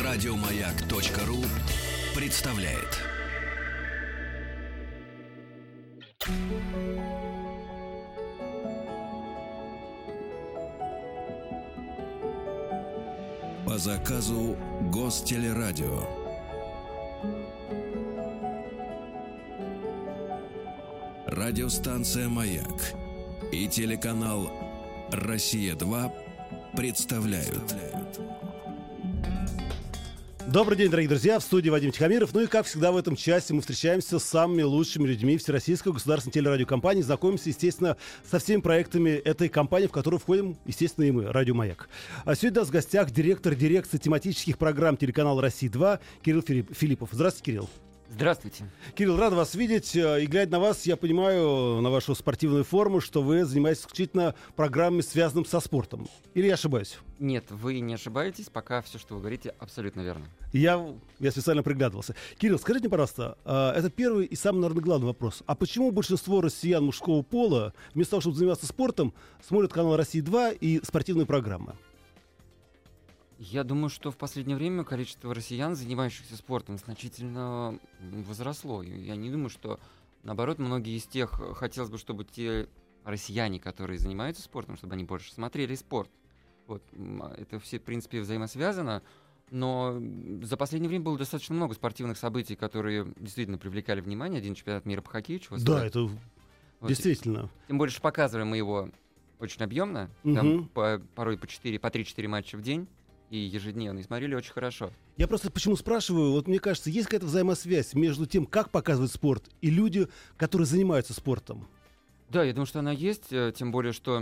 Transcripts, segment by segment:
Радиомаяк.ру представляет. По заказу Гостелерадио. Радиостанция «Маяк» и телеканал «Россия-2» представляют. Добрый день, дорогие друзья, в студии Вадим Тихомиров. Ну и, как всегда, в этом часе мы встречаемся с самыми лучшими людьми Всероссийской государственной телерадиокомпании. Знакомимся, естественно, со всеми проектами этой компании, в которую входим, естественно, и мы, Радио Маяк. А сегодня у нас в гостях директор дирекции тематических программ телеканала «Россия-2» Кирилл Филиппов. Здравствуйте, Кирилл. Здравствуйте. Кирилл, рад вас видеть. И глядя на вас, я понимаю, на вашу спортивную форму, что вы занимаетесь исключительно программами, связанными со спортом. Или я ошибаюсь? Нет, вы не ошибаетесь, пока все, что вы говорите, абсолютно верно. Я специально приглядывался. Кирилл, скажите мне, пожалуйста, это первый и самый, наверное, главный вопрос. А почему большинство россиян мужского пола, вместо того, чтобы заниматься спортом, смотрят канал «Россия-2» и спортивные программы? Я думаю, что в последнее время количество россиян, занимающихся спортом, значительно возросло. Я не думаю, что, наоборот, многие из тех, хотелось бы, чтобы те россияне, которые занимаются спортом, чтобы они больше смотрели спорт. Вот. Это все, в принципе, взаимосвязано. Но за последнее время было достаточно много спортивных событий, которые действительно привлекали внимание. Один чемпионат мира по хоккею, чего стоит. Да, это вот. Действительно. Тем более, что показываем мы его очень объемно. Там порой по 3-4 матча в день. И ежедневно, и смотрели очень хорошо. Я просто почему спрашиваю, вот мне кажется, есть какая-то взаимосвязь между тем, как показывают спорт, и люди, которые занимаются спортом? Да, я думаю, что она есть, тем более, что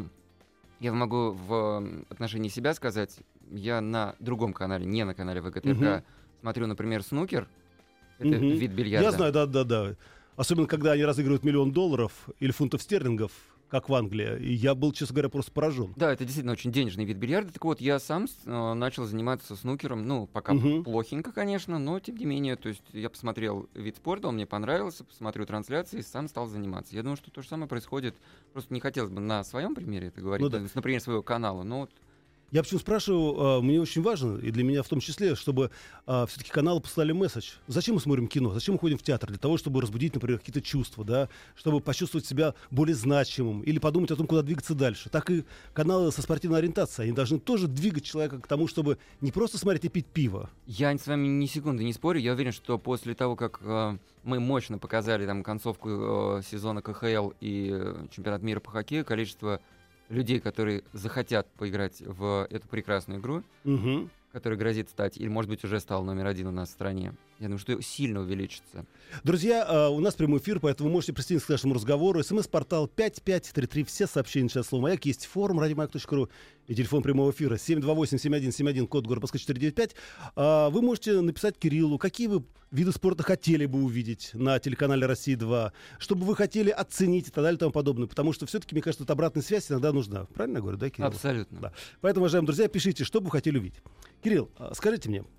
я могу в отношении себя сказать, я на другом канале, не на канале ВГТРК, смотрю, например, снукер, это вид бильярда. Я знаю, да. Особенно, когда они разыгрывают $1 миллион или фунтов стерлингов, как в Англии. И я был, честно говоря, просто поражен. Да, это действительно очень денежный вид бильярда. Так вот, я сам начал заниматься снукером. Ну, пока плохенько, конечно, но тем не менее. То есть я посмотрел вид спорта, он мне понравился, посмотрел трансляции и сам стал заниматься. Я думаю, что то же самое происходит. Просто не хотелось бы на своем примере это говорить, например, своего канала, но вот. Я почему спрашиваю, мне очень важно, и для меня в том числе, чтобы все-таки каналы послали месседж. Зачем мы смотрим кино? Зачем мы ходим в театр? Для того, чтобы разбудить, например, какие-то чувства, да? Чтобы почувствовать себя более значимым или подумать о том, куда двигаться дальше. Так и каналы со спортивной ориентацией, они должны тоже двигать человека к тому, чтобы не просто смотреть и пить пиво. Я с вами ни секунды не спорю. Я уверен, что после того, как мы мощно показали там концовку сезона КХЛ и чемпионат мира по хоккею, количество людей, которые захотят поиграть в эту прекрасную игру, которая грозит стать, или, может быть, уже стал номер 1 у нас в стране, я думаю, что сильно увеличится. Друзья, у нас прямой эфир, поэтому вы можете присоединиться к нашему разговору. СМС-портал 5533, все сообщения сейчас слово «Маяк». Есть форум радиомаяк.ру и телефон прямого эфира 728-7171, код города Москвы 495. Вы можете написать Кириллу, какие вы виды спорта хотели бы увидеть на телеканале «Россия-2», что бы вы хотели оценить и так далее и тому подобное. Потому что все-таки, мне кажется, обратная связь иногда нужна. Правильно я говорю, да, Кирилл? Абсолютно. Да. Поэтому, уважаемые друзья, пишите, что бы вы хотели увидеть. Кирилл, скажите мне,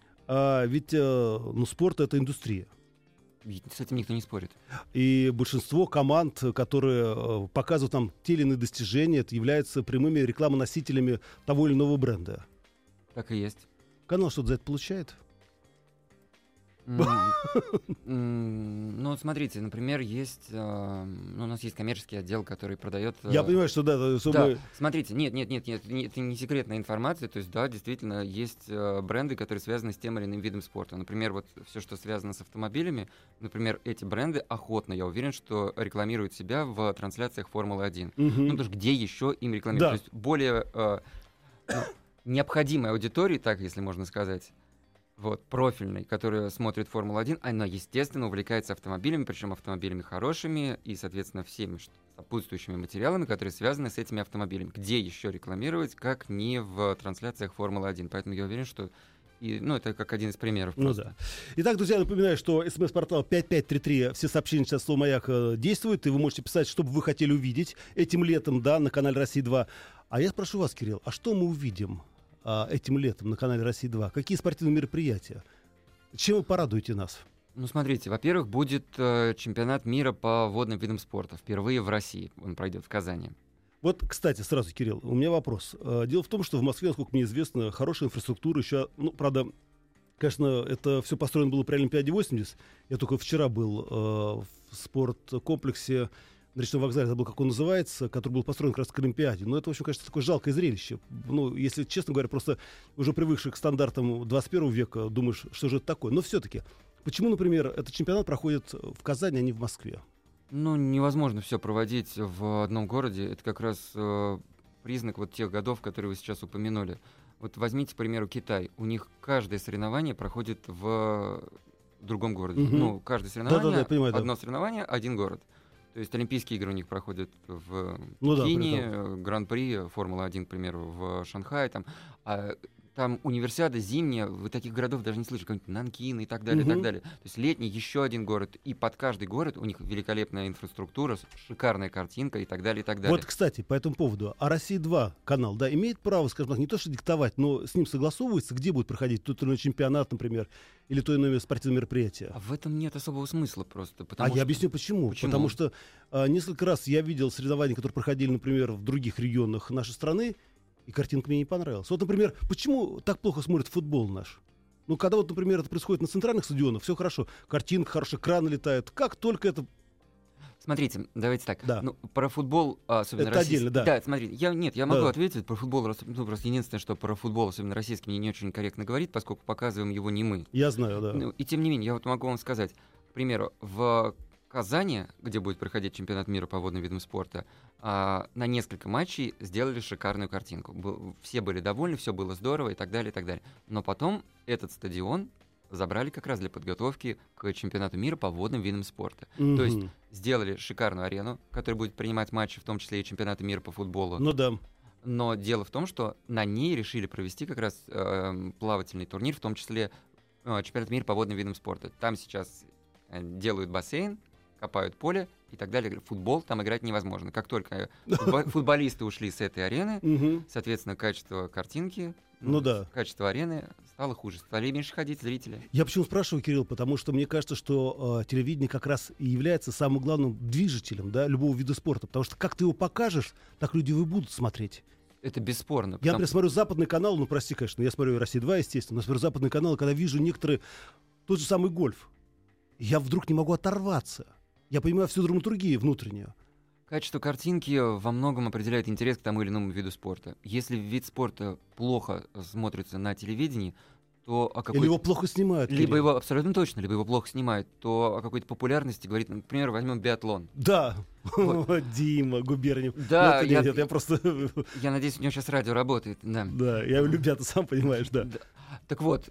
ведь спорт — это индустрия. С этим никто не спорит. И большинство команд, которые показывают нам те или иные достижения, это являются прямыми рекламоносителями того или иного бренда. Так и есть. Канал что-то за это получает? Ну, смотрите, например, есть... у нас есть коммерческий отдел, который продает... Я понимаю, что да. Смотрите, нет, это не секретная информация. То есть, да, действительно, есть бренды, которые связаны с тем или иным видом спорта. Например, вот все, что связано с автомобилями, например, эти бренды охотно, я уверен, что рекламируют себя в трансляциях Формулы-1. Ну, потому что где еще им рекламируют? Да. То есть более необходимой аудитории, так, если можно сказать, вот, профильной, которая смотрит Формулу-1, она, естественно, увлекается автомобилями, причем автомобилями хорошими и, соответственно, всеми сопутствующими материалами, которые связаны с этими автомобилями. Где еще рекламировать, как не в трансляциях Формулы-1? Поэтому я уверен, что это как один из примеров. Да. Итак, друзья, напоминаю, что СМС-портал 5533, все сообщения сейчас слово «Маяк» действуют, и вы можете писать, что бы вы хотели увидеть этим летом, да, на канале «Россия-2». А я спрошу вас, Кирилл, а что мы увидим этим летом на канале «Россия-2»? Какие спортивные мероприятия? Чем вы порадуете нас? Ну, смотрите, во-первых, будет чемпионат мира по водным видам спорта. Впервые в России он пройдет в Казани. Вот, кстати, сразу, Кирилл, у меня вопрос. Дело в том, что в Москве, насколько мне известно, хорошая инфраструктура еще, правда, Конечно, это все построено было при Олимпиаде 80. Я только вчера был в спорткомплексе на речном вокзале, забыл, как он называется, который был построен как раз к Олимпиаде. Но это, в общем, конечно, такое жалкое зрелище. Ну, если честно говоря, просто уже привыкший к стандартам 21 века, думаешь, что же это такое. Но все-таки, почему, например, этот чемпионат проходит в Казани, а не в Москве? Ну, невозможно все проводить в одном городе. Это как раз признак вот тех годов, которые вы сейчас упомянули. Вот возьмите, к примеру, Китай. У них каждое соревнование проходит в другом городе. Мгм. Ну, каждое соревнование, я понимаю, да. одно соревнование, один город. То есть Олимпийские игры у них проходят в Ну да, Пекине, Гран-при, Формула-1, к примеру, в Шанхае. Там универсиада зимняя, вы таких городов даже не слышите, какой-нибудь Нанкин и так далее, и так Мгм. далее. То есть летний еще один город, и под каждый город у них великолепная инфраструктура, шикарная картинка и так далее, и так далее. Вот, кстати, по этому поводу. А «Россия-2» канал, да, имеет право, скажем так, не то что диктовать, но с ним согласовывается, где будет проходить тот или иной чемпионат, например, или то или иное спортивное мероприятие. А в этом нет особого смысла просто. А я объясню почему. Почему? Потому что несколько раз я видел соревнования, которые проходили, например, в других регионах нашей страны, и картинка мне не понравилась. Вот, например, почему так плохо смотрит футбол наш? Ну, когда вот, например, это происходит на центральных стадионах, все хорошо, картинка хорошая, краны летают. Как только это... Смотрите, давайте так. Да. Ну, про футбол, особенно Это российский. отдельно, да. Да, смотрите, я могу Да. ответить про футбол. Ну, просто единственное, что про футбол, особенно российский, мне не очень корректно говорить, поскольку показываем его не мы. Я знаю, да. Ну, и тем не менее, я вот могу вам сказать, к примеру, в Казани, где будет проходить чемпионат мира по водным видам спорта, на несколько матчей сделали шикарную картинку. Все были довольны, все было здорово и так далее, и так далее. Но потом этот стадион забрали как раз для подготовки к чемпионату мира по водным видам спорта. Мгм. То есть сделали шикарную арену, которая будет принимать матчи, в том числе и чемпионата мира по футболу. Ну да. Но дело в том, что на ней решили провести как раз плавательный турнир, в том числе чемпионат мира по водным видам спорта. Там сейчас делают бассейн, копают поле и так далее. Футбол там играть невозможно. Как только футболисты ушли с этой арены, Мгм. соответственно, качество картинки, Ну да. качество арены стало хуже. Стали меньше ходить зрители. Я почему спрашиваю, Кирилл, потому что мне кажется, что телевидение как раз и является самым главным движителем, да, любого вида спорта. Потому что как ты его покажешь, так люди его и будут смотреть. Это бесспорно. Я, потому- например, смотрю западный канал, ну, прости, конечно, я смотрю «Россия-2», естественно, но смотрю западный канал, и когда вижу некоторые... Тот же самый гольф. Я вдруг не могу оторваться. Я понимаю всю драматургию внутреннюю. Качество картинки во многом определяет интерес к тому или иному виду спорта. Если вид спорта плохо смотрится на телевидении, то о какой-то... Или его плохо снимают. Либо Кирилл. его абсолютно точно, либо его плохо снимают, то о какой-то популярности говорит, например, возьмем биатлон. Да. Вот. Дима Губерниев. Да, Ну, это нет, я просто... Я надеюсь, у него сейчас радио работает. Да. Да, я его люблю, ты сам понимаешь, да. Да. Так вот,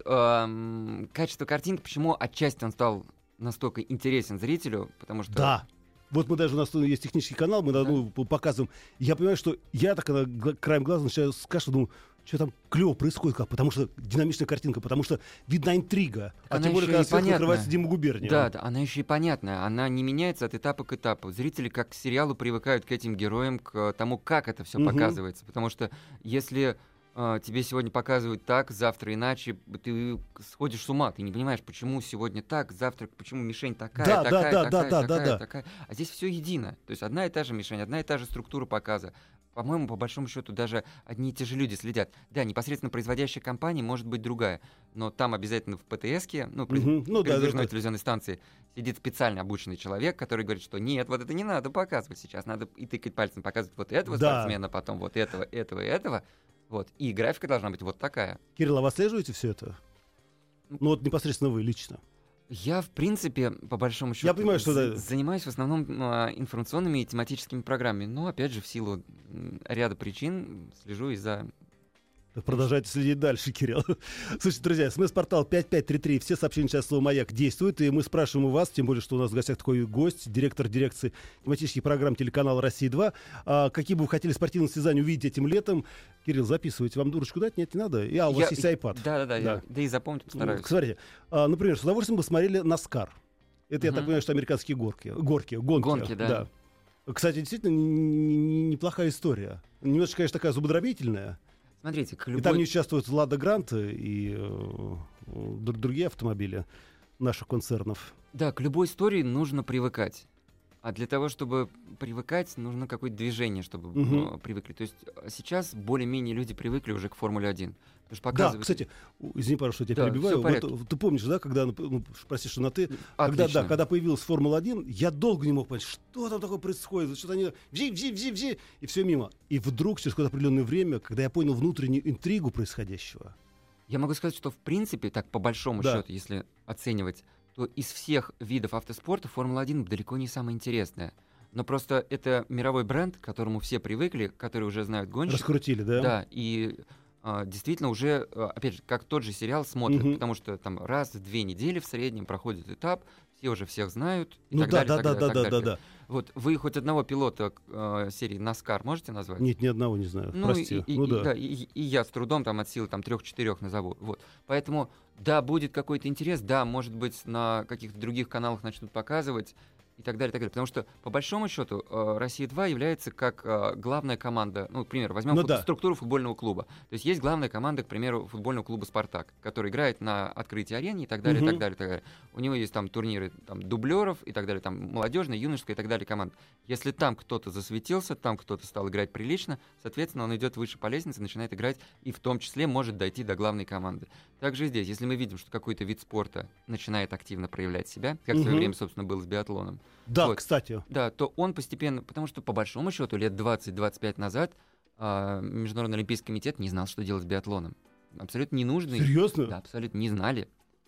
качество картинки, почему отчасти он стал настолько интересен зрителю, потому что... Да. Вот мы даже, у нас есть технический канал, мы Да. показываем. Я понимаю, что я так краем глаза начинаю скажу, думаю, что там клево происходит, как, потому что динамичная картинка, потому что видна интрига. А Она тем более, ещё когда и сверху понятная. открывается Дима Губерниев. Да, она еще и понятная, она не меняется от этапа к этапу. Зрители как к сериалу привыкают к этим героям, к тому, как это все Мгм. показывается. Потому что если тебе сегодня показывают так, завтра иначе, ты сходишь с ума, ты не понимаешь, почему сегодня так, завтра почему мишень такая, Да, такая, да, такая, да, такая, да. такая. А здесь все едино. То есть одна и та же мишень, одна и та же структура показа. По-моему, по большому счету, даже одни и те же люди следят. Да, непосредственно производящая компания может быть другая, но там обязательно в ПТСке, ну, Мгм. Ну, да, передвижной да. телевизионной станции, сидит специально обученный человек, который говорит, что нет, вот это не надо показывать сейчас, надо и тыкать пальцем, показывать вот этого Да. спортсмена, потом вот этого, этого и этого. Вот. И графика должна быть вот такая. Кирилл, а вы отслеживаете все это? Ну вот непосредственно вы лично. Я, в принципе, по большому счету, Я понимаю, что да. занимаюсь в основном информационными и тематическими программами. Но, опять же, в силу ряда причин слежу и за... Так продолжайте следить дальше, Кирилл. Слушайте, друзья, СМС-портал 5533, все сообщения сейчас слово «Маяк» действуют, и мы спрашиваем у вас, тем более, что у нас в гостях такой гость, директор дирекции тематических программ телеканала «Россия-2». Какие бы вы хотели спортивные состязания увидеть этим летом? Кирилл, записывайте. Вам дурочку дать? Нет, не надо? У вас есть iPad. Да, и запомнить постараюсь. Смотрите, например, с удовольствием бы смотрели «Наскар». Это, я так понимаю, что американские гонки. Гонки, да. Кстати, действительно, неплохая история. Немножко, конечно, такая зубодробительная. Смотрите, к И любой... там не участвуют «Лада Грант» и другие автомобили наших концернов. Да, к любой истории нужно привыкать. А для того, чтобы привыкать, нужно какое-то движение, чтобы привыкли. То есть сейчас более-менее люди привыкли уже к Формуле-1. Потому что показывают... Да, кстати, извини, пожалуйста, что я тебя перебиваю. Вот, ты помнишь, да, когда, прости, что на «ты», когда появилась Формула-1, я долго не мог понять, что там такое происходит, что-то они взи, и все мимо. И вдруг, через какое-то определенное время, когда я понял внутреннюю интригу происходящего... Я могу сказать, что в принципе, так по большому счету, если оценивать, то из всех видов автоспорта Формула-1 далеко не самая интересная. Но просто это мировой бренд, к которому все привыкли, который уже знают гонщиков. Раскрутили, да? Да, и действительно уже, опять же, как тот же сериал смотрят, потому что там раз в 2 недели в среднем проходит этап, все уже всех знают и так далее. Да. Вот вы хоть одного пилота серии NASCAR можете назвать? Нет, ни одного не знаю, прости. И я с трудом там от силы 3-4 назову. Вот. Поэтому, да, будет какой-то интерес, да, может быть, на каких-то других каналах начнут показывать и так далее, и так далее. Потому что, по большому счету, «Россия-2» является как главная команда, к примеру, возьмем структуру футбольного клуба. То есть есть главная команда, к примеру, футбольного клуба «Спартак», который играет на открытии арены и так далее, и так далее, и так далее. У него есть там турниры дублеров и так далее, там молодежная, юношеская и так далее команда. Если там кто-то засветился, там кто-то стал играть прилично, соответственно, он идет выше по лестнице, начинает играть и в том числе может дойти до главной команды. Также здесь, если мы видим, что какой-то вид спорта начинает активно проявлять себя, как в свое время, собственно, было с биатлоном, да, кстати. Да, то он постепенно, потому что по большому счету лет 20-25 назад Международный олимпийский комитет не знал, что делать с биатлоном. Абсолютно не нужно. Серьезно? Да, абсолютно не знали.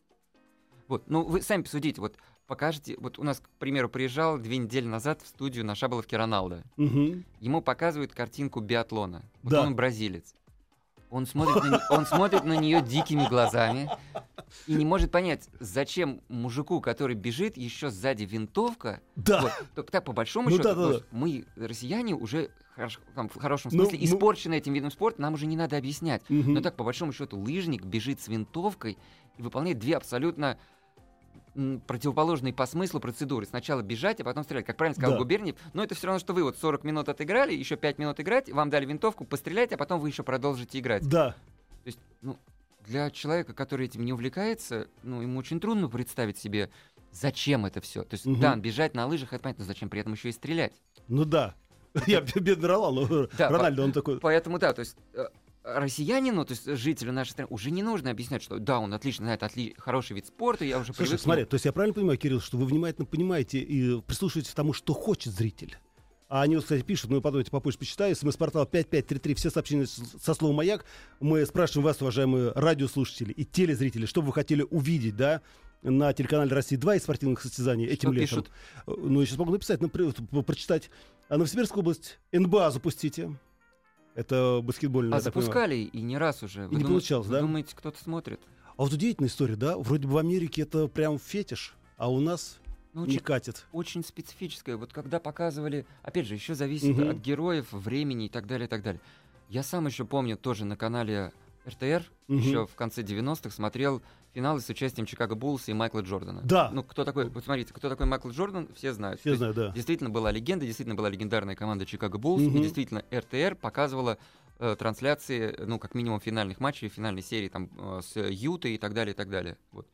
Вот, вы сами посудите, вот покажете, вот у нас, к примеру, приезжал 2 недели назад в студию на Шаболовке Роналдо. Ему показывают картинку биатлона. Вот он бразилец. Он смотрит на нее дикими глазами и не может понять, зачем мужику, который бежит, еще сзади винтовка. Да. Вот, так, по большому счету, мы, россияне, уже в хорошем смысле испорчены этим видом спорта, нам уже не надо объяснять. Но так, по большому счету, лыжник бежит с винтовкой и выполняет 2 абсолютно противоположные по смыслу процедуры. Сначала бежать, а потом стрелять. Как правильно сказал Губерниев, но это все равно, что вы 40 минут отыграли, еще 5 минут играть, вам дали винтовку, пострелять, а потом вы еще продолжите играть. Да. То есть, для человека, который этим не увлекается, ему очень трудно представить себе, зачем это все. То есть, да, бежать на лыжах, это понятно, но зачем при этом еще и стрелять? Ну да. Я бедный Рональдо, он такой... Поэтому, да, то есть... Россиянину, то есть жителю нашей страны, уже не нужно объяснять, что да, он отлично знает хороший вид спорта, я уже привык. Слушай, смотри, то есть я правильно понимаю, Кирилл, что вы внимательно понимаете и прислушиваетесь к тому, что хочет зритель? А они вот, кстати, пишут, потом попозже почитаю, СМС-портал 5533, все сообщения со словом «Маяк». Мы спрашиваем вас, уважаемые радиослушатели и телезрители, что бы вы хотели увидеть, да, на телеканале «Россия-2» из спортивных состязаний этим летом. Пишут? Я сейчас могу написать, прочитать. Новосибирская область, НБА запустите. Это баскетбольная. Запускали и не раз уже. Не получалось, да? Вы думаете, кто-то смотрит? А вот удивительная история, да? Вроде бы в Америке это прям фетиш, а у нас не катит. Очень специфическое. Вот когда показывали, опять же, еще зависит от героев, времени и так далее, и так далее. Я сам еще помню тоже на канале РТР, еще в конце 90-х смотрел финалы с участием Чикаго Буллса и Майкла Джордана. Да. Кто такой, вот смотрите, кто такой Майкл Джордан, все знают. Все знают, да. Действительно была легенда, действительно была легендарная команда Чикаго Буллс, и действительно РТР показывала трансляции, как минимум финальных матчей, финальной серии там с Ютой и так далее, и так далее. Вот.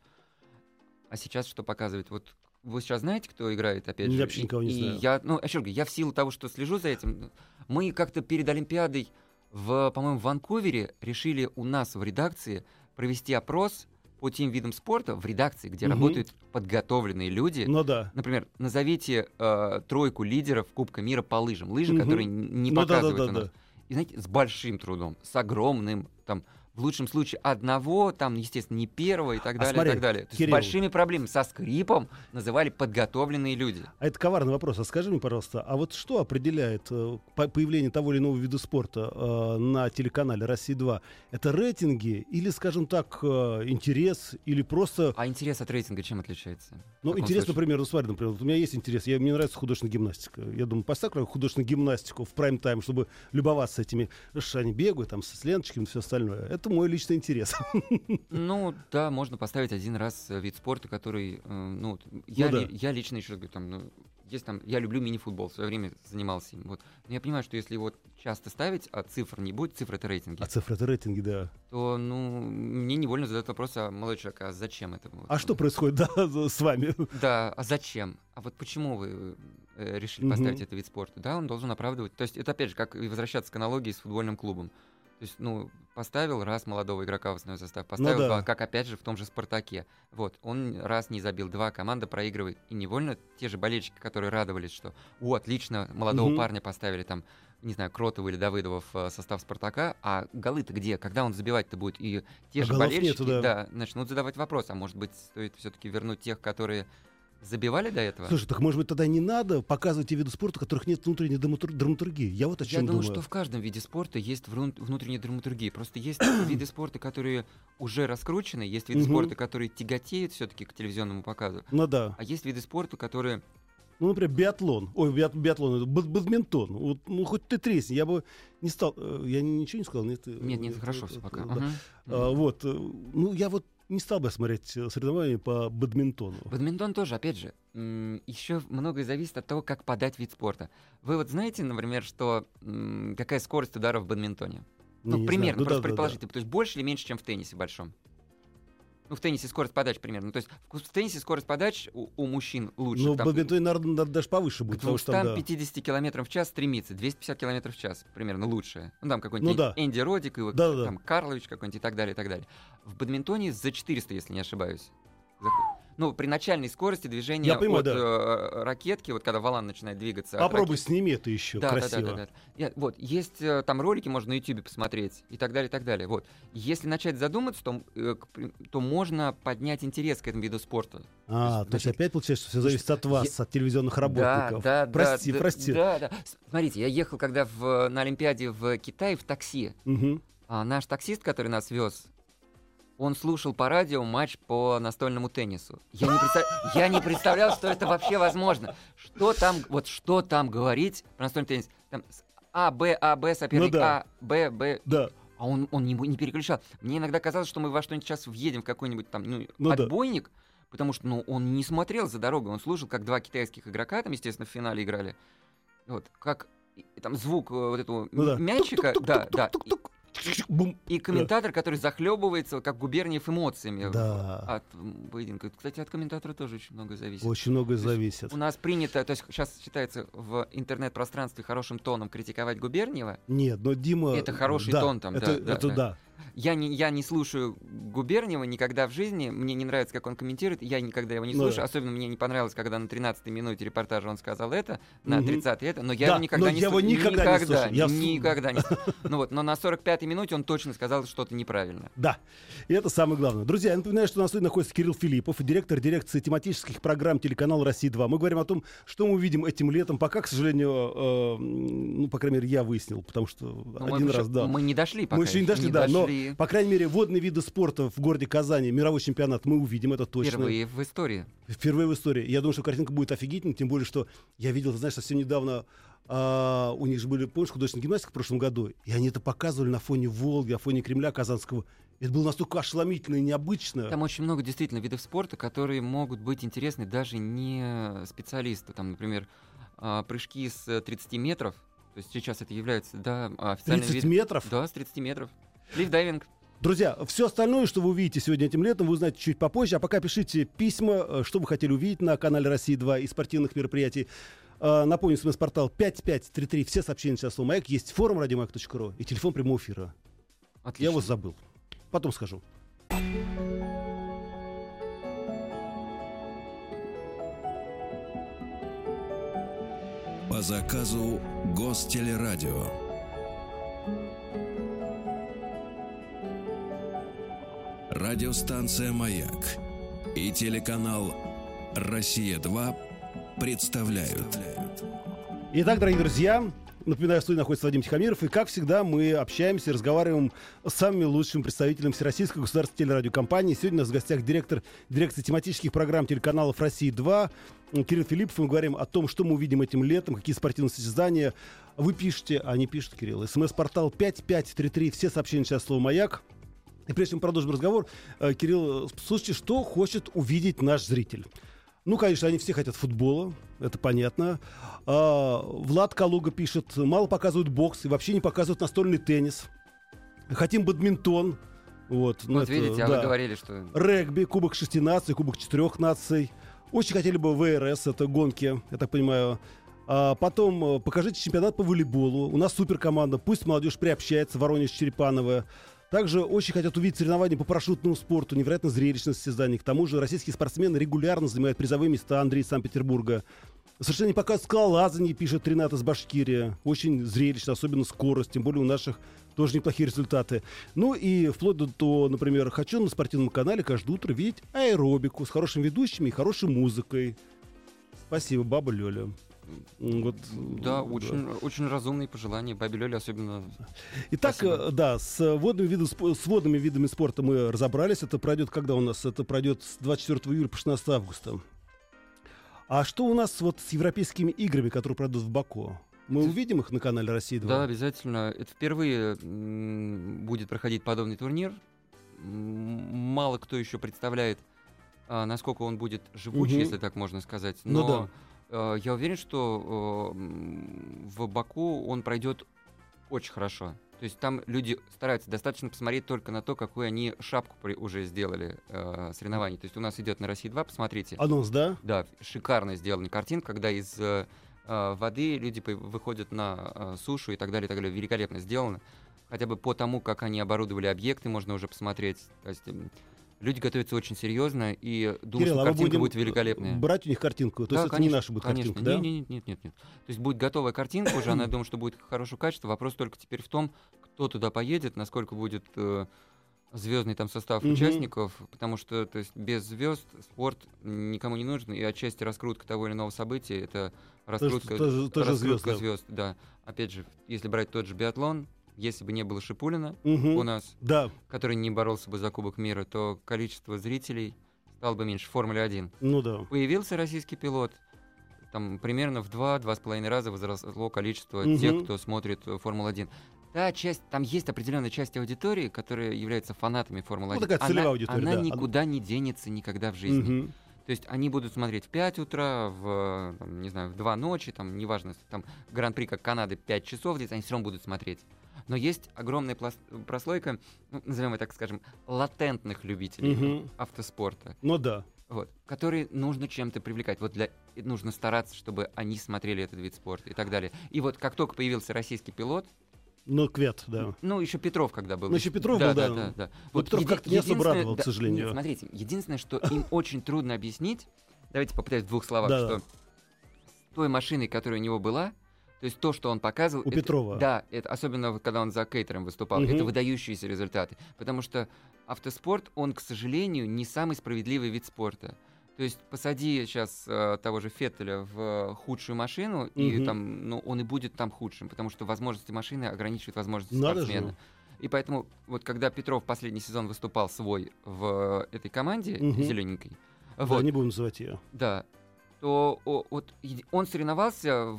А сейчас что показывает? Вот вы сейчас знаете, кто играет, опять же? Я вообще никого не знаю. Я в силу того, что слежу за этим, мы как-то перед Олимпиадой по-моему, в Ванкувере решили у нас в редакции провести опрос по тем видам спорта в редакции, где работают подготовленные люди. Например, назовите 3 лидеров Кубка мира по лыжам. Лыжи, которые не показывают у нас. И, знаете, с большим трудом, с огромным, в лучшем случае одного, естественно, не первого и так далее, смотри, и так далее. То Кирилл, есть с большими проблемами, со скрипом называли подготовленные люди. А это коварный вопрос. А скажи мне, пожалуйста, а вот что определяет появление того или иного вида спорта на телеканале «Россия-2»? Это рейтинги или, скажем так, интерес, или просто... А интерес от рейтинга чем отличается? Интерес, например, смотри, у меня есть интерес, мне нравится художественная гимнастика. Я думаю, поставь художественную гимнастику в прайм-тайм, чтобы любоваться этими, что они бегают, с ленточками и все остальное. Это мой личный интерес. Да, можно поставить один раз вид спорта, который, я лично еще говорю, есть там, я люблю мини-футбол, в свое время занимался им. Вот. Но я понимаю, что если его часто ставить, а цифр не будет, цифры — это рейтинги. А цифры — это рейтинги, да. То, мне невольно задают вопрос, молодой человек, а зачем это? Вот, что происходит, да, с вами? Да, а зачем? А вот почему вы решили поставить этот вид спорта? Да, он должен оправдывать. То есть это, опять же, как и возвращаться к аналогии с футбольным клубом. То есть, поставил раз молодого игрока в основной состав, поставил два, как, опять же, в том же «Спартаке». Вот, он раз не забил, два, команда проигрывает. И невольно те же болельщики, которые радовались, что, отлично, молодого парня поставили там, не знаю, Кротова или Давыдова в состав «Спартака», а голы-то где? Когда он забивать-то будет? И те же болельщики начнут задавать вопрос, а может быть, стоит все-таки вернуть тех, которые забивали до этого? Слушай, так может быть тогда не надо показывать те виды спорта, у которых нет внутренней драматургии? Я вот о чем думаю. Я думаю, что в каждом виде спорта есть внутренняя драматургия. Просто есть виды спорта, которые уже раскручены, есть виды спорта, которые тяготеют все-таки к телевизионному показу. Да. А есть виды спорта, которые... например, биатлон. Биатлон, бадминтон. Вот, хоть ты тресни, я бы не стал... Я ничего не сказал? Нет, хорошо все пока. Я вот не стал бы смотреть соревнования по бадминтону. Бадминтон тоже, опять же, еще многое зависит от того, как подать вид спорта. Вы вот знаете, например, что какая скорость удара в бадминтоне? Примерно, просто предположите. То есть больше или меньше, чем в теннисе большом? В теннисе скорость подач примерно. То есть в теннисе скорость подач у мужчин лучше. В бадминтоне, наверное, даже повыше будет. К 250 км в час стремится. 250 км в час примерно лучше. Там какой-нибудь Энди Родик, там Карлович какой-нибудь и так далее, и так далее. В бадминтоне за 400, если не ошибаюсь. При начальной скорости движения ракетки, вот когда валан начинает двигаться... Попробуй сними это еще красиво. Да. Есть там ролики, можно на YouTube посмотреть и так далее, и так далее. Вот. Если начать задуматься, то можно поднять интерес к этому виду спорта. То есть опять получается, что все зависит от вас, от телевизионных работников. Прости. Да. Смотрите, я ехал когда на Олимпиаде в Китае в такси. Наш таксист, который нас вез, он слушал по радио матч по настольному теннису. Я не представлял, что это вообще возможно. Что там говорить про настольный теннис? Там А, Б, соперник А, Б, Б. Да. А он не переключал. Мне иногда казалось, что мы во что-нибудь сейчас въедем в какой-нибудь там отбойник, потому что он не смотрел за дорогой. Он слушал, как два китайских игрока там, естественно, в финале играли. Вот, как там звук вот этого мячика. Да. И комментатор, который захлебывается, как Губерниев, эмоциями от поединка. Кстати, от комментатора тоже очень много зависит. Очень многое зависит. У нас принято, то есть сейчас считается в интернет-пространстве хорошим тоном критиковать Губерниева. Нет, но Дима... Это хороший тон там, да. Я не слушаю Губерниева никогда в жизни, мне не нравится, как он комментирует, я никогда его не слушаю, особенно мне не понравилось, когда на 13-й минуте репортажа он сказал это, на 30-й это, но я его никогда не слушаю. Никогда не слушаю. Но на 45-й минуте он точно сказал что-то неправильно. Да, и это самое главное. Друзья, я напоминаю, что на студии находится Кирилл Филиппов, директор дирекции тематических программ телеканала «Россия-2». Мы говорим о том, что мы увидим этим летом. Пока, к сожалению, по крайней мере, я выяснил, потому что один раз, мы не дошли пока. Мы еще не дошли, но, по крайней мере, водные виды спорта в городе Казани, мировой чемпионат мы увидим, это точно. Впервые в истории. Впервые в истории. Я думаю, что картинка будет офигительной, тем более, что я видел, знаешь, совсем недавно у них же были, помнишь, художественная гимнастика в прошлом году, и они это показывали на фоне Волги, на фоне Кремля Казанского. Это было настолько ошеломительно и необычно. Там очень много действительно видов спорта, которые могут быть интересны даже не специалисту. Там, например, прыжки с 30 метров. То есть сейчас это является официальным 30 метров? Да, с 30 метров. Клифф-дайвинг. Друзья, все остальное, что вы увидите сегодня этим летом, вы узнаете чуть попозже. А пока пишите письма, что вы хотели увидеть на канале «Россия-2» из спортивных мероприятий. Напомню, смс-портал 5533. Все сообщения сейчас слово «Маяк». Есть форум радиомаяк.ру и телефон прямого эфира. Отлично. Я вас забыл. Потом скажу. По заказу Гостелерадио. Радиостанция «Маяк» и телеканал «Россия-2» представляют. Итак, дорогие друзья, напоминаю, в студии находится Вадим Тихомиров, и, как всегда, мы общаемся, разговариваем с самыми лучшими представителями Всероссийской государственной телерадиокомпании. Сегодня у нас в гостях директор дирекции тематических программ телеканалов «Россия-2» Кирилл Филиппов. Мы говорим о том, что мы увидим этим летом, какие спортивные состязания. Вы пишете, а не пишет Кирилл. СМС-портал 5533. Все сообщения сейчас слово «Маяк». И прежде чем продолжим разговор, Кирилл, слушайте, что хочет увидеть наш зритель. Ну, конечно, они все хотят футбола, это понятно. Влад Калуга пишет, мало показывают бокс и вообще не показывают настольный теннис. Хотим бадминтон. Вот видите, вы говорили, что... Регби, Кубок 6 наций, Кубок 4 наций. Очень хотели бы ВРС, это гонки, я так понимаю. Потом покажите чемпионат по волейболу. У нас суперкоманда, пусть молодежь приобщается, Воронеж-Черепаново. Также очень хотят увидеть соревнования по парашютному спорту, невероятно зрелищное состязание. К тому же российские спортсмены регулярно занимают призовые места. Андрей из Санкт-Петербурга. Совершенно не показывают скалолазание, пишет Ренат из Башкирии. Очень зрелищно, особенно скорость, тем более у наших тоже неплохие результаты. Ну и вплоть до, например, хочу на спортивном канале каждое утро видеть аэробику с хорошими ведущими и хорошей музыкой. Спасибо, баба Лёля. Вот, да, очень разумные пожелания. Бабе Лёле особенно. Итак, спасибо. да, с водными видами спорта мы разобрались. Это пройдет когда у нас? Это пройдет с 24 июля по 16 августа. А что у нас вот с европейскими играми, которые пройдут в Баку? Мы увидим их на канале «Россия-2»? Да, обязательно. Это впервые будет проходить подобный турнир. Мало кто еще представляет, насколько он будет живучий, если так можно сказать. Но я уверен, что в Баку он пройдет очень хорошо. То есть там люди стараются достаточно посмотреть только на то, какую они шапку уже сделали соревнований. То есть у нас идет на «России-2», посмотрите. Анонс, да? Да, шикарно сделанная картинка, когда из воды люди выходят на сушу и так далее, великолепно сделано. Хотя бы по тому, как они оборудовали объекты, можно уже посмотреть. То есть люди готовятся очень серьезно, и думаю, Кирилл, что картинка будет великолепная. Брать у них картинку, то да, есть это конечно, не наша будет конечно. картинка, да? Нет. То есть будет готовая картинка уже, она, я думаю, что будет хорошего качества. Вопрос только теперь в том, кто туда поедет, насколько будет звездный там состав участников, потому что то есть, без звезд спорт никому не нужен, и отчасти раскрутка того или иного события — это раскрутка звезд. Да. Опять же, если брать тот же биатлон, если бы не было Шипулина у нас, который не боролся бы за Кубок мира, то количество зрителей стало бы меньше. В Формуле 1. Ну да. Появился российский пилот, там примерно в 2-2,5 раза возросло количество тех, кто смотрит Формулу-1. Та часть, там есть определенная часть аудитории, которая является фанатами Формулы-1. Ну, такая целевая аудитория, она никуда не денется никогда в жизни. То есть они будут смотреть в 5 утра, в 2 ночи, там, неважно, там Гран-при как Канады 5 часов, здесь они все равно будут смотреть. Но есть огромная прослойка, назовем это так, скажем, латентных любителей автоспорта. Ну да. Вот, которые нужно чем-то привлекать. Вот нужно стараться, чтобы они смотрели этот вид спорта и так далее. И вот как только появился российский пилот, Квет, да. Еще Петров когда был. Еще Петров был, да. Да. Вот Петров как-то не особо радовал, к сожалению. Нет, смотрите, единственное, что им очень трудно объяснить, давайте попытаюсь в 2 словах, что с той машиной, которая у него была, то есть то, что он показывал... У Петрова. Да, это, особенно когда он за Кейтером выступал, это выдающиеся результаты. Потому что автоспорт, он, к сожалению, не самый справедливый вид спорта. То есть посади сейчас того же Феттеля в худшую машину, и там, он и будет там худшим, потому что возможности машины ограничивают возможности спортсмена. И поэтому, вот когда Петров последний сезон выступал свой в этой команде зелененькой, да, не будем называть ее. Да, то вот он соревновался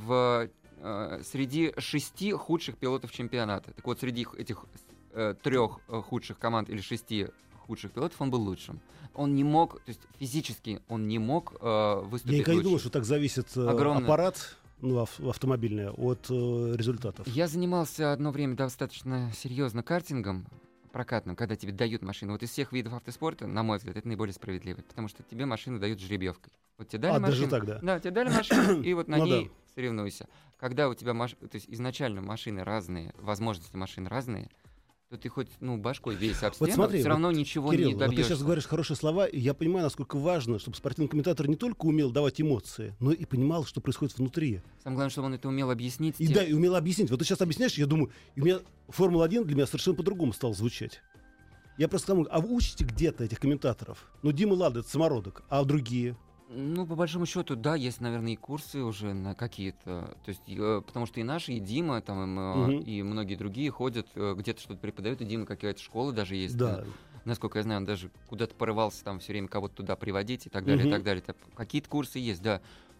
среди 6 худших пилотов чемпионата. Так вот, среди этих 3 худших команд или 6 худших пилотов он был лучшим. Он не мог, то есть физически он не мог выступить лучше. Я не думаю, что так зависит аппарат автомобильный от результатов. Я занимался одно время достаточно серьезно картингом прокатным, когда тебе дают машину. Вот из всех видов автоспорта, на мой взгляд, это наиболее справедливо, потому что тебе машину дают жеребьевкой. Вот тебе дали машину, даже так, да? Да, тебе дали машину, и вот на ней соревнуйся. Когда у тебя то есть изначально машины разные, возможности машин разные, то ты хоть башкой весь об стену, все равно ничего Кирилл, не добьешься. Вот ты сейчас говоришь хорошие слова, и я понимаю, насколько важно, чтобы спортивный комментатор не только умел давать эмоции, но и понимал, что происходит внутри. Самое главное, чтобы он это умел объяснить. И умел объяснить. Вот ты сейчас объясняешь, я думаю, и у меня Формула-1 для меня совершенно по-другому стала звучать. Я просто думаю, а вы учите где-то этих комментаторов? Дима Лада — это самородок, а другие? По большому счету, да, есть, наверное, и курсы уже на какие-то. То есть, потому что и наши, и Дима, и многие другие ходят, где-то что-то преподают, и Дима какая-то школа даже есть. Да. Насколько я знаю, он даже куда-то порывался там все время кого-то туда приводить и так далее, и так далее. Какие-то курсы есть, да.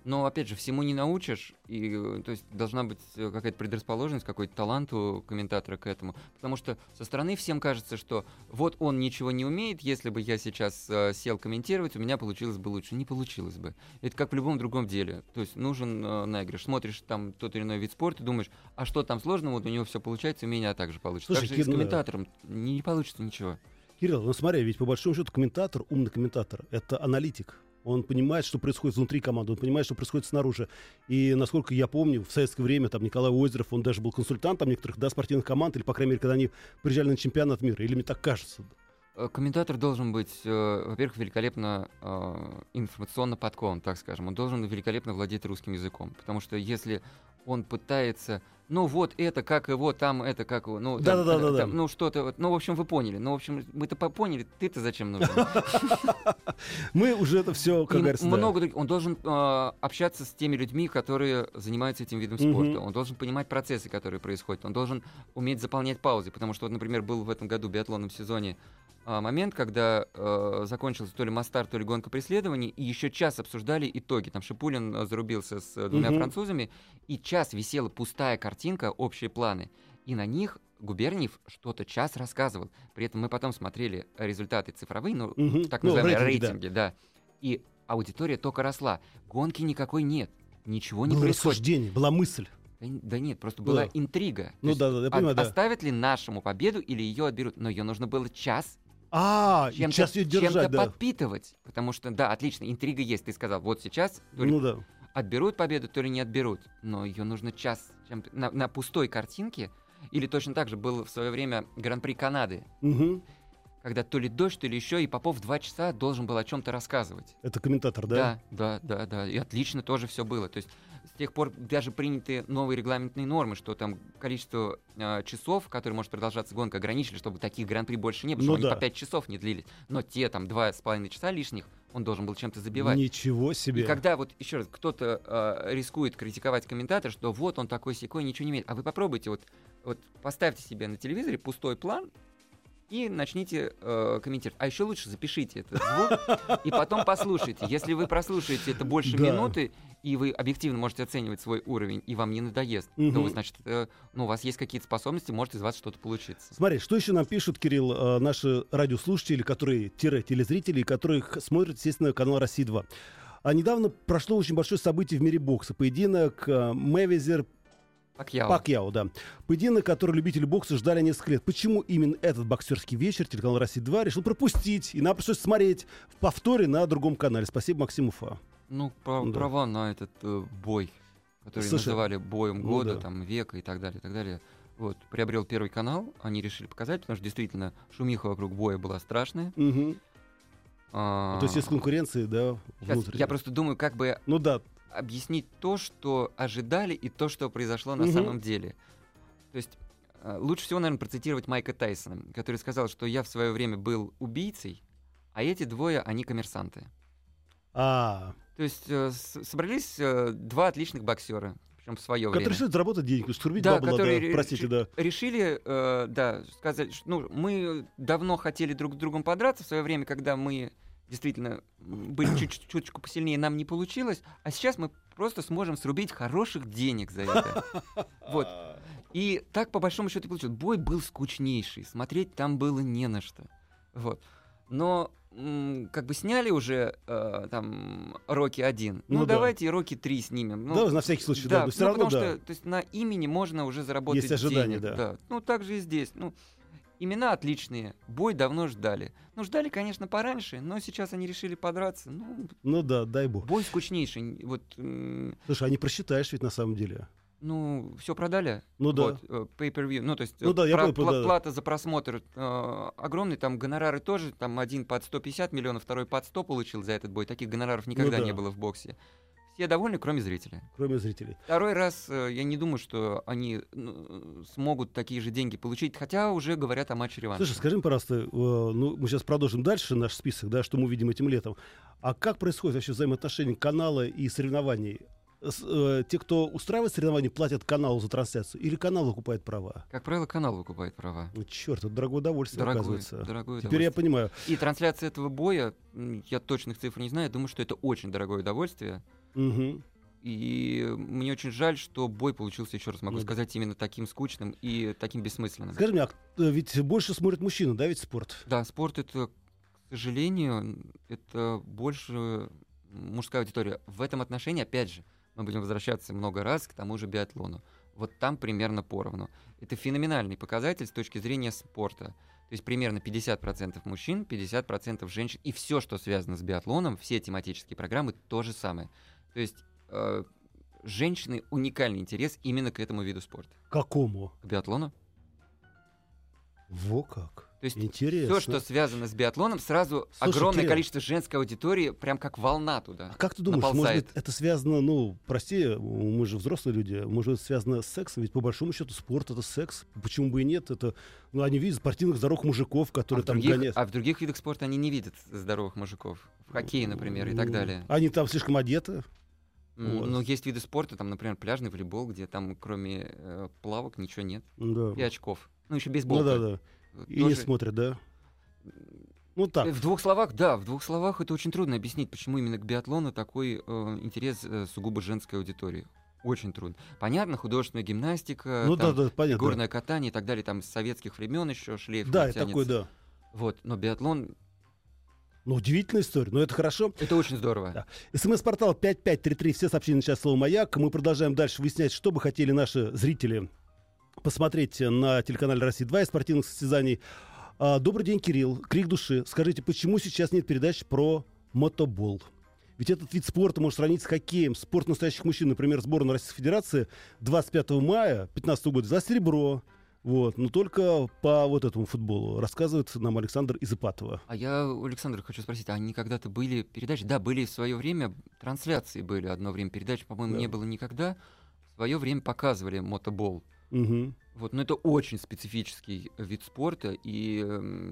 Но, опять же, всему не научишь, и, то есть должна быть какая-то предрасположенность, какой-то талант у комментатора к этому. Потому что со стороны всем кажется, что вот он ничего не умеет, если бы я сейчас сел комментировать, у меня получилось бы лучше. Не получилось бы. Это как в любом другом деле. То есть нужен наигрыш. Смотришь там тот или иной вид спорта, думаешь, а что там сложного, вот у него все получается, у меня также получится. Слушай, так же и с комментатором не получится ничего. Кирилл, ну смотри, ведь по большому счету комментатор, умный комментатор, это аналитик. Он понимает, что происходит внутри команды, он понимает, что происходит снаружи. И, насколько я помню, в советское время там Николай Озеров, он даже был консультантом некоторых спортивных команд, или, по крайней мере, когда они приезжали на чемпионат мира. Или мне так кажется? Комментатор должен быть, во-первых, великолепно информационно подкован, так скажем. Он должен великолепно владеть русским языком. Потому что если он пытается... Ну вот это как его, там это как его, ну, да. Ну что-то, вот, ну в общем вы поняли, ну в общем мы-то поняли, ты-то зачем нужен? Мы уже это все, как говорится, Он должен общаться с теми людьми, которые занимаются этим видом спорта, он должен понимать процессы, которые происходят, он должен уметь заполнять паузы, потому что, вот, например, был в этом году в биатлонном сезоне момент, когда закончился то ли Мастар, то ли гонка преследований, и еще час обсуждали итоги. Там Шипулин зарубился с двумя французами, и час висела пустая картинка, общие планы, и на них Губерниев что-то час рассказывал. При этом мы потом смотрели результаты цифровые, так называемые рейтинги, да. И аудитория только росла. Гонки никакой нет, ничего не происходит. Было рассуждение, была мысль. Да нет, просто была интрига. Ну да, я понимаю, да. Оставят ли нашему победу или ее отберут? Но ее нужно было час чем-то подпитывать. Потому что, да, отлично, интрига есть. Ты сказал, вот сейчас то ли отберут победу, то ли не отберут. Но ее нужно час на пустой картинке. Или точно так же был в свое время Гран-при Канады. Когда то ли дождь, то ли еще, и Попов 2 часа должен был о чем-то рассказывать. Это комментатор, да? Да. И отлично тоже все было. То есть с тех пор даже приняты новые регламентные нормы, что там количество часов, которые может продолжаться гонка, ограничили, чтобы таких гран-при больше не было, чтобы они по 5 часов не длились. Но те там 2,5 часа лишних он должен был чем-то забивать. Ничего себе. И когда вот еще раз кто-то рискует критиковать комментатора, что вот он такой-сякой, ничего не имеет. А вы попробуйте вот поставьте себе на телевизоре пустой план и начните комментировать. А еще лучше запишите этот звук и потом послушайте. Если вы прослушаете это больше минуты, и вы объективно можете оценивать свой уровень, и вам не надоест, то вы, значит, у вас есть какие-то способности, может из вас что-то получиться. Смотри, что еще нам пишут, Кирилл, наши радиослушатели, телезрители, которые смотрят, естественно, канал «Россия-2». А недавно прошло очень большое событие в мире бокса. Поединок Мэйвезер Пакьяо, да. Поединок, который любители бокса ждали несколько лет. Почему именно этот боксерский вечер телеканал «Россия-2» решил пропустить и нам пришлось смотреть в повторе на другом канале? Спасибо, Максим Уфа. Права на этот бой, который называли боем года, там, века и так далее. Вот, приобрел Первый канал, они решили показать, потому что действительно шумиха вокруг боя была страшная. То есть есть конкуренции, да, внутренней. Я просто думаю, как бы объяснить то, что ожидали, и то, что произошло на самом деле. То есть лучше всего, наверное, процитировать Майка Тайсона, который сказал, что я в свое время был убийцей, а эти двое, они коммерсанты. То есть собрались два отличных боксера, причем в свое время. Которые решили заработать денег, скрутить бабло, решили, сказать, что мы давно хотели друг с другом подраться в свое время, когда мы действительно были чуточку посильнее, нам не получилось, а сейчас мы просто сможем срубить хороших денег за это. Вот. И так, по большому счету, получилось. Бой был скучнейший, смотреть там было не на что. Вот. Но как бы сняли уже там Рокки 1. Давайте и Рокки 3 снимем. На всякий случай. Да, потому что то есть, на имени можно уже заработать есть ожидания, денег. Да. Так же и здесь. Имена отличные, бой давно ждали. Ждали, конечно, пораньше, но сейчас они решили подраться. Дай бог. Бой скучнейший. Слушай, а не просчитаешь ведь на самом деле. Все продали. Pay-per-view. То есть плата за просмотр огромный, там гонорары тоже, там один под 150 миллионов, второй под 100 получил за этот бой. Таких гонораров никогда не было в боксе. Все довольны, кроме зрителя. Второй раз я не думаю, что они смогут такие же деньги получить, хотя уже говорят о матче-реванше. Слушай, скажи мне, пожалуйста, мы сейчас продолжим дальше наш список, да, что мы увидим этим летом. А как происходит вообще взаимоотношения канала и соревнований? Те, кто устраивает соревнования, платят каналу за трансляцию, или канал выкупает права? Как правило, канал выкупает права. Черт, это дорогое удовольствие, оказывается. Теперь я понимаю. И трансляция этого боя, я точных цифр не знаю, думаю, что это очень дорогое удовольствие. И мне очень жаль, что бой получился, еще раз могу Ну да. сказать, именно таким скучным и таким бессмысленным. Скажи мне, ведь больше смотрят мужчины, да, ведь спорт? Да, спорт — это, к сожалению, это больше мужская аудитория. В этом отношении, опять же, мы будем возвращаться много раз к тому же биатлону. Вот там примерно поровну. Это феноменальный показатель с точки зрения спорта. То есть примерно 50% мужчин, 50% женщин. И все, что связано с биатлоном, все тематические программы, то же самое. То есть женщины уникальный интерес именно к этому виду спорта. Какому? К биатлону. Во как. То есть Интересно. все, что связано с биатлоном, сразу Слушай, огромное Кирилл, количество женской аудитории, прям как волна туда. А как ты думаешь, может наползает. быть, это связано, ну, прости, мы же взрослые люди, может, это связано с сексом? Ведь по большому счету спорт — это секс. Почему бы и нет? Это, ну, они видят спортивных здоровых мужиков, которые там гоняют. А в других видах спорта они не видят здоровых мужиков. В хоккее, например, и так далее. Они там слишком одеты. Вот. Но есть виды спорта, там, например, пляжный волейбол, где там кроме плавок ничего нет. Да. И очков. Ну, еще Ну бейсбол. да. И не смотрят, да? Ну так. В двух словах, да, в двух словах это очень трудно объяснить, почему именно к биатлону такой интерес сугубо женской аудитории. Очень трудно. Понятно, художественная гимнастика, Ну там, да, понятно. фигурное катание и так далее, там с советских времен еще шлейф Да, тянется. такой, да. Вот, но биатлон Ну, удивительная история, но это хорошо. это очень здорово. Да. СМС-портал 5533, все сообщения на час слово «Маяк». Мы продолжаем дальше выяснять, что бы хотели наши зрители посмотреть на телеканале «Россия-2» из спортивных состязаний. Добрый день, Кирилл. Крик души. Скажите, почему сейчас нет передач про мотобол? Ведь этот вид спорта может сравнить с хоккеем. Спорт настоящих мужчин, например, сборная Российской Федерации 25 мая 2015 года за серебро. Вот, но только по вот этому футболу, рассказывает нам Александр из Ипатова. А я у Александра хочу спросить, а они когда-то были передачи? Да, были в свое время, трансляции были одно время, передач, по-моему, Да. не было никогда. В свое время показывали мотобол. Угу. Вот, но это очень специфический вид спорта, и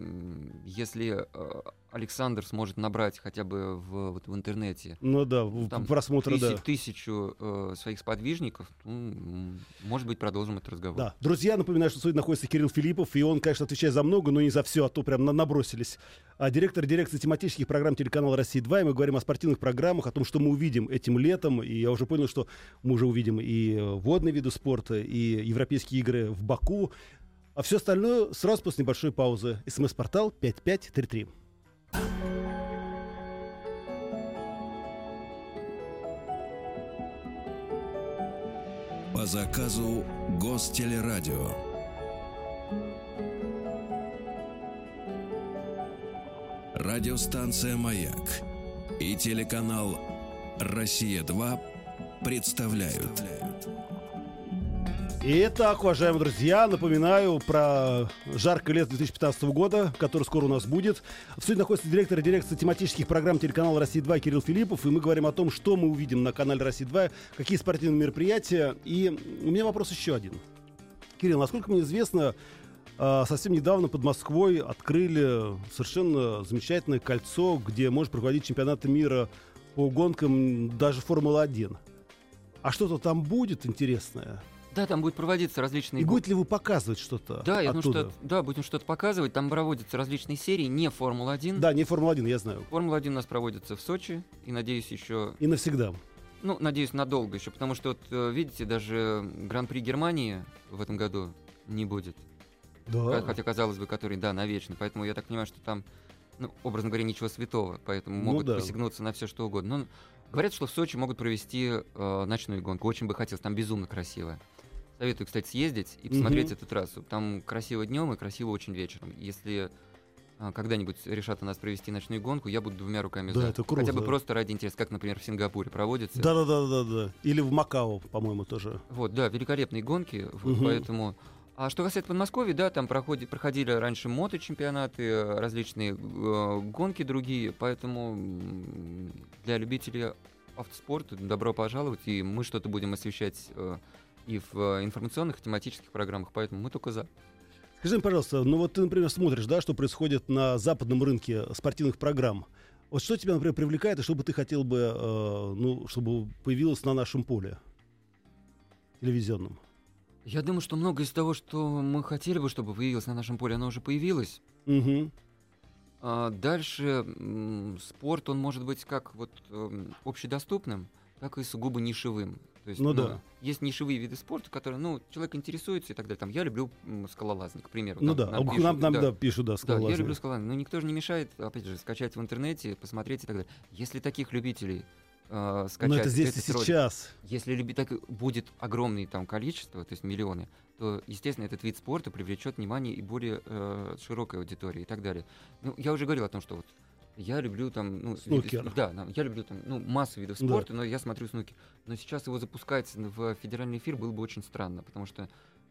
если Александр сможет набрать хотя бы в интернете Ну да, там просмотры, да. тысячу своих сподвижников, может быть, продолжим этот разговор. Да. Друзья, напоминаю, что в студии находится Кирилл Филиппов, и он, конечно, отвечает за много, но не за все, а то прям набросились. Директор дирекции тематических программ телеканала «Россия-2», и мы говорим о спортивных программах, о том, что мы увидим этим летом, и я уже понял, что мы уже увидим и водные виды спорта, и европейские игры в Баку, а все остальное сразу после небольшой паузы. СМС-портал 5533. По заказу Гостелерадио. Радиостанция «Маяк» и телеканал «Россия-2» представляют. Итак, уважаемые друзья, напоминаю про жаркое лето 2015 года, который скоро у нас будет. В студии находится директор дирекции тематических программ телеканала «Россия-2» Кирилл Филиппов, и мы говорим о том, что мы увидим на канале «Россия-2», какие спортивные мероприятия. И у меня вопрос еще один. Кирилл, насколько мне известно, совсем недавно под Москвой открыли совершенно замечательное кольцо, где можно проводить чемпионаты мира по гонкам, даже Формула-1. А что-то там будет интересное? Да, там будет проводиться различные... И будет ли вы показывать что-то Да, я оттуда? думаю, что да, будем что-то показывать. Там проводятся различные серии, не Формула-1. Да, не Формула-1, я знаю. Формула-1 у нас проводится в Сочи, и, надеюсь, еще... И навсегда. Ну, надеюсь, надолго еще, потому что, вот, видите, даже Гран-при Германии в этом году не будет. Да. Хотя, казалось бы, который, да, навечно. Поэтому я так понимаю, что там, ну, образно говоря, ничего святого. Поэтому Ну могут да. посягнуться на все, что угодно. Но говорят, что в Сочи могут провести ночную гонку. Очень бы хотелось, там безумно красиво. Советую, кстати, съездить и посмотреть эту трассу. Там красиво днем и красиво очень вечером. Если когда-нибудь решат у нас провести ночную гонку, я буду двумя руками Да, за. это круто. Хотя бы просто ради интереса, как, например, в Сингапуре проводится. Да. Или в Макао, по-моему, тоже. Вот, да, великолепные гонки, вот, Мгм. поэтому... А что касается Подмосковья, да, там проходили раньше моточемпионаты, различные гонки другие, поэтому для любителей автоспорта добро пожаловать, и мы что-то будем освещать и в информационных, и тематических программах, поэтому мы только за. Скажи мне, пожалуйста, ну вот ты, например, смотришь, да, что происходит на западном рынке спортивных программ. Вот что тебя, например, привлекает, и что бы ты хотел бы, ну, чтобы появилось на нашем поле телевизионном? Я думаю, что многое из того, что мы хотели бы, чтобы появилось на нашем поле, оно уже появилось. Угу. Дальше спорт, он может быть как вот общедоступным. так и сугубо нишевым. То есть, есть нишевые виды спорта, которые, человек интересуется и так далее. Там, я люблю скалолазание, к примеру. Нам пишут, скалолазание. Да, я люблю скалолазание. Но никто же не мешает, опять же, скачать в интернете, посмотреть и так далее. Если таких любителей скачать... Но это здесь и сейчас. Если так будет огромное там количество, то есть миллионы, то, естественно, этот вид спорта привлечет внимание и более широкой аудитории и так далее. Я уже говорил о том, что вот я люблю там... снукер. Я люблю там массу видов спорта, но я смотрю снукер. Но сейчас его запускать в федеральный эфир было бы очень странно, потому что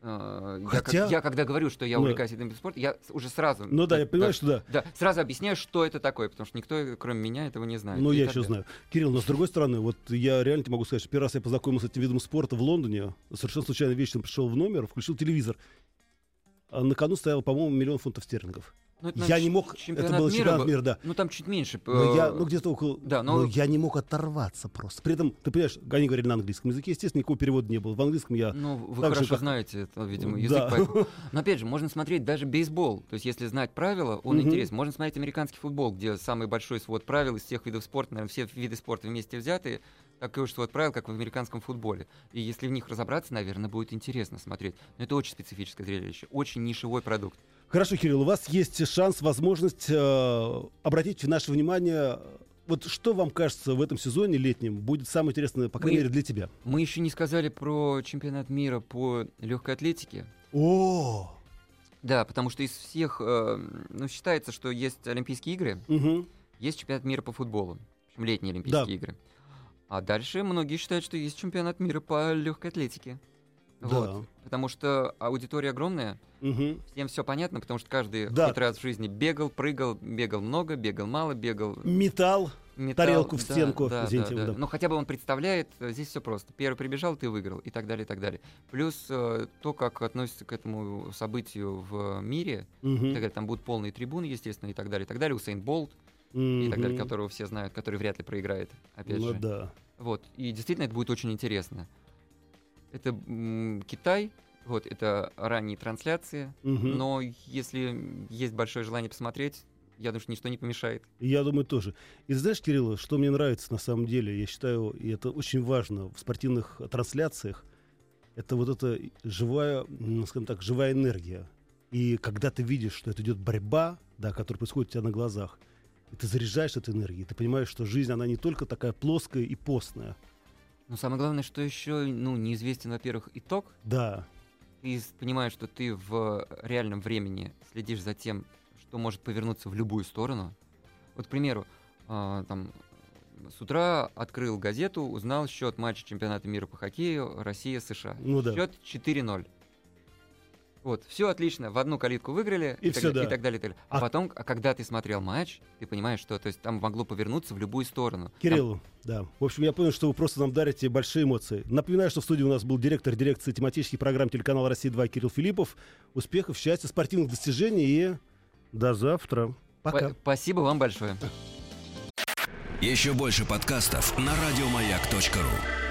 я когда говорю, что я увлекаюсь этим видом спорта, я уже сразу... я понимаю, что да. Да, сразу объясняю, что это такое, потому что никто, кроме меня, этого не знает. Я еще знаю. Кирилл, но с другой стороны, вот я реально тебе могу сказать, что первый раз я познакомился с этим видом спорта в Лондоне, совершенно случайно вечером пришел в номер, включил телевизор, а на кону стояло, по-моему, 1 000 000 фунтов стерлингов. Я не мог, это был чемпионат мира, да. Там чуть меньше. Где-то около... Да, но я не мог оторваться просто. При этом, ты понимаешь, они говорили на английском языке, естественно, никакого перевода не было. В английском я... вы хорошо знаете, это, видимо, язык. Но опять же, можно смотреть даже бейсбол. То есть, если знать правила, он интересен. Можно смотреть американский футбол, где самый большой свод правил из всех видов спорта, наверное, все виды спорта вместе взятые, такой же свод правил, как в американском футболе. И если в них разобраться, наверное, будет интересно смотреть. Но это очень специфическое зрелище, очень нишевой продукт. Хорошо, Кирилл, у вас есть шанс, возможность обратить наше внимание. Вот что вам кажется в этом сезоне летнем будет самое интересное, по крайней мере, для тебя? Мы еще не сказали про чемпионат мира по легкой атлетике. О! Да, потому что из всех, считается, что есть Олимпийские игры, есть чемпионат мира по футболу, в общем, летние Олимпийские игры. А дальше многие считают, что есть чемпионат мира по легкой атлетике. Да. Потому что аудитория огромная, всем все понятно, потому что каждый хоть раз в жизни бегал, прыгал, бегал много, бегал мало, бегал... Металл, тарелку в стенку. Да. Ну, хотя бы он представляет, здесь все просто. Первый прибежал, ты выиграл, и так далее, и так далее. Плюс то, как относится к этому событию в мире, и так далее. Там будут полные трибуны, естественно, и так далее, и так далее. Усейн Болт, и так далее, которого все знают, который вряд ли проиграет, опять же. Да. Вот, и действительно это будет очень интересно. Это Китай, это ранние трансляции, но если есть большое желание посмотреть, я думаю, что ничто не помешает. Я думаю, тоже. И знаешь, Кирилл, что мне нравится на самом деле, я считаю, и это очень важно в спортивных трансляциях, это вот эта живая, скажем так, живая энергия. И когда ты видишь, что это идет борьба, которая происходит у тебя на глазах, и ты заряжаешь этой энергией, ты понимаешь, что жизнь, она не только такая плоская и постная. Но самое главное, что еще неизвестен, во-первых, итог. Да. Ты понимаешь, что ты в реальном времени следишь за тем, что может повернуться в любую сторону. Вот, к примеру, с утра открыл газету, узнал счет матча чемпионата мира по хоккею Россия-США. Счет 4-0. Вот, все отлично, в одну калитку выиграли и так далее. А потом, когда ты смотрел матч, ты понимаешь, что там могло повернуться в любую сторону. Кирилл, да. В общем, я понял, что вы просто нам дарите большие эмоции. Напоминаю, что в студии у нас был директор дирекции тематических программ телеканала «Россия-2» Кирилл Филиппов. Успехов, счастья, спортивных достижений и до завтра. Пока. Спасибо вам большое. Еще больше подкастов на радиомаяк.ру.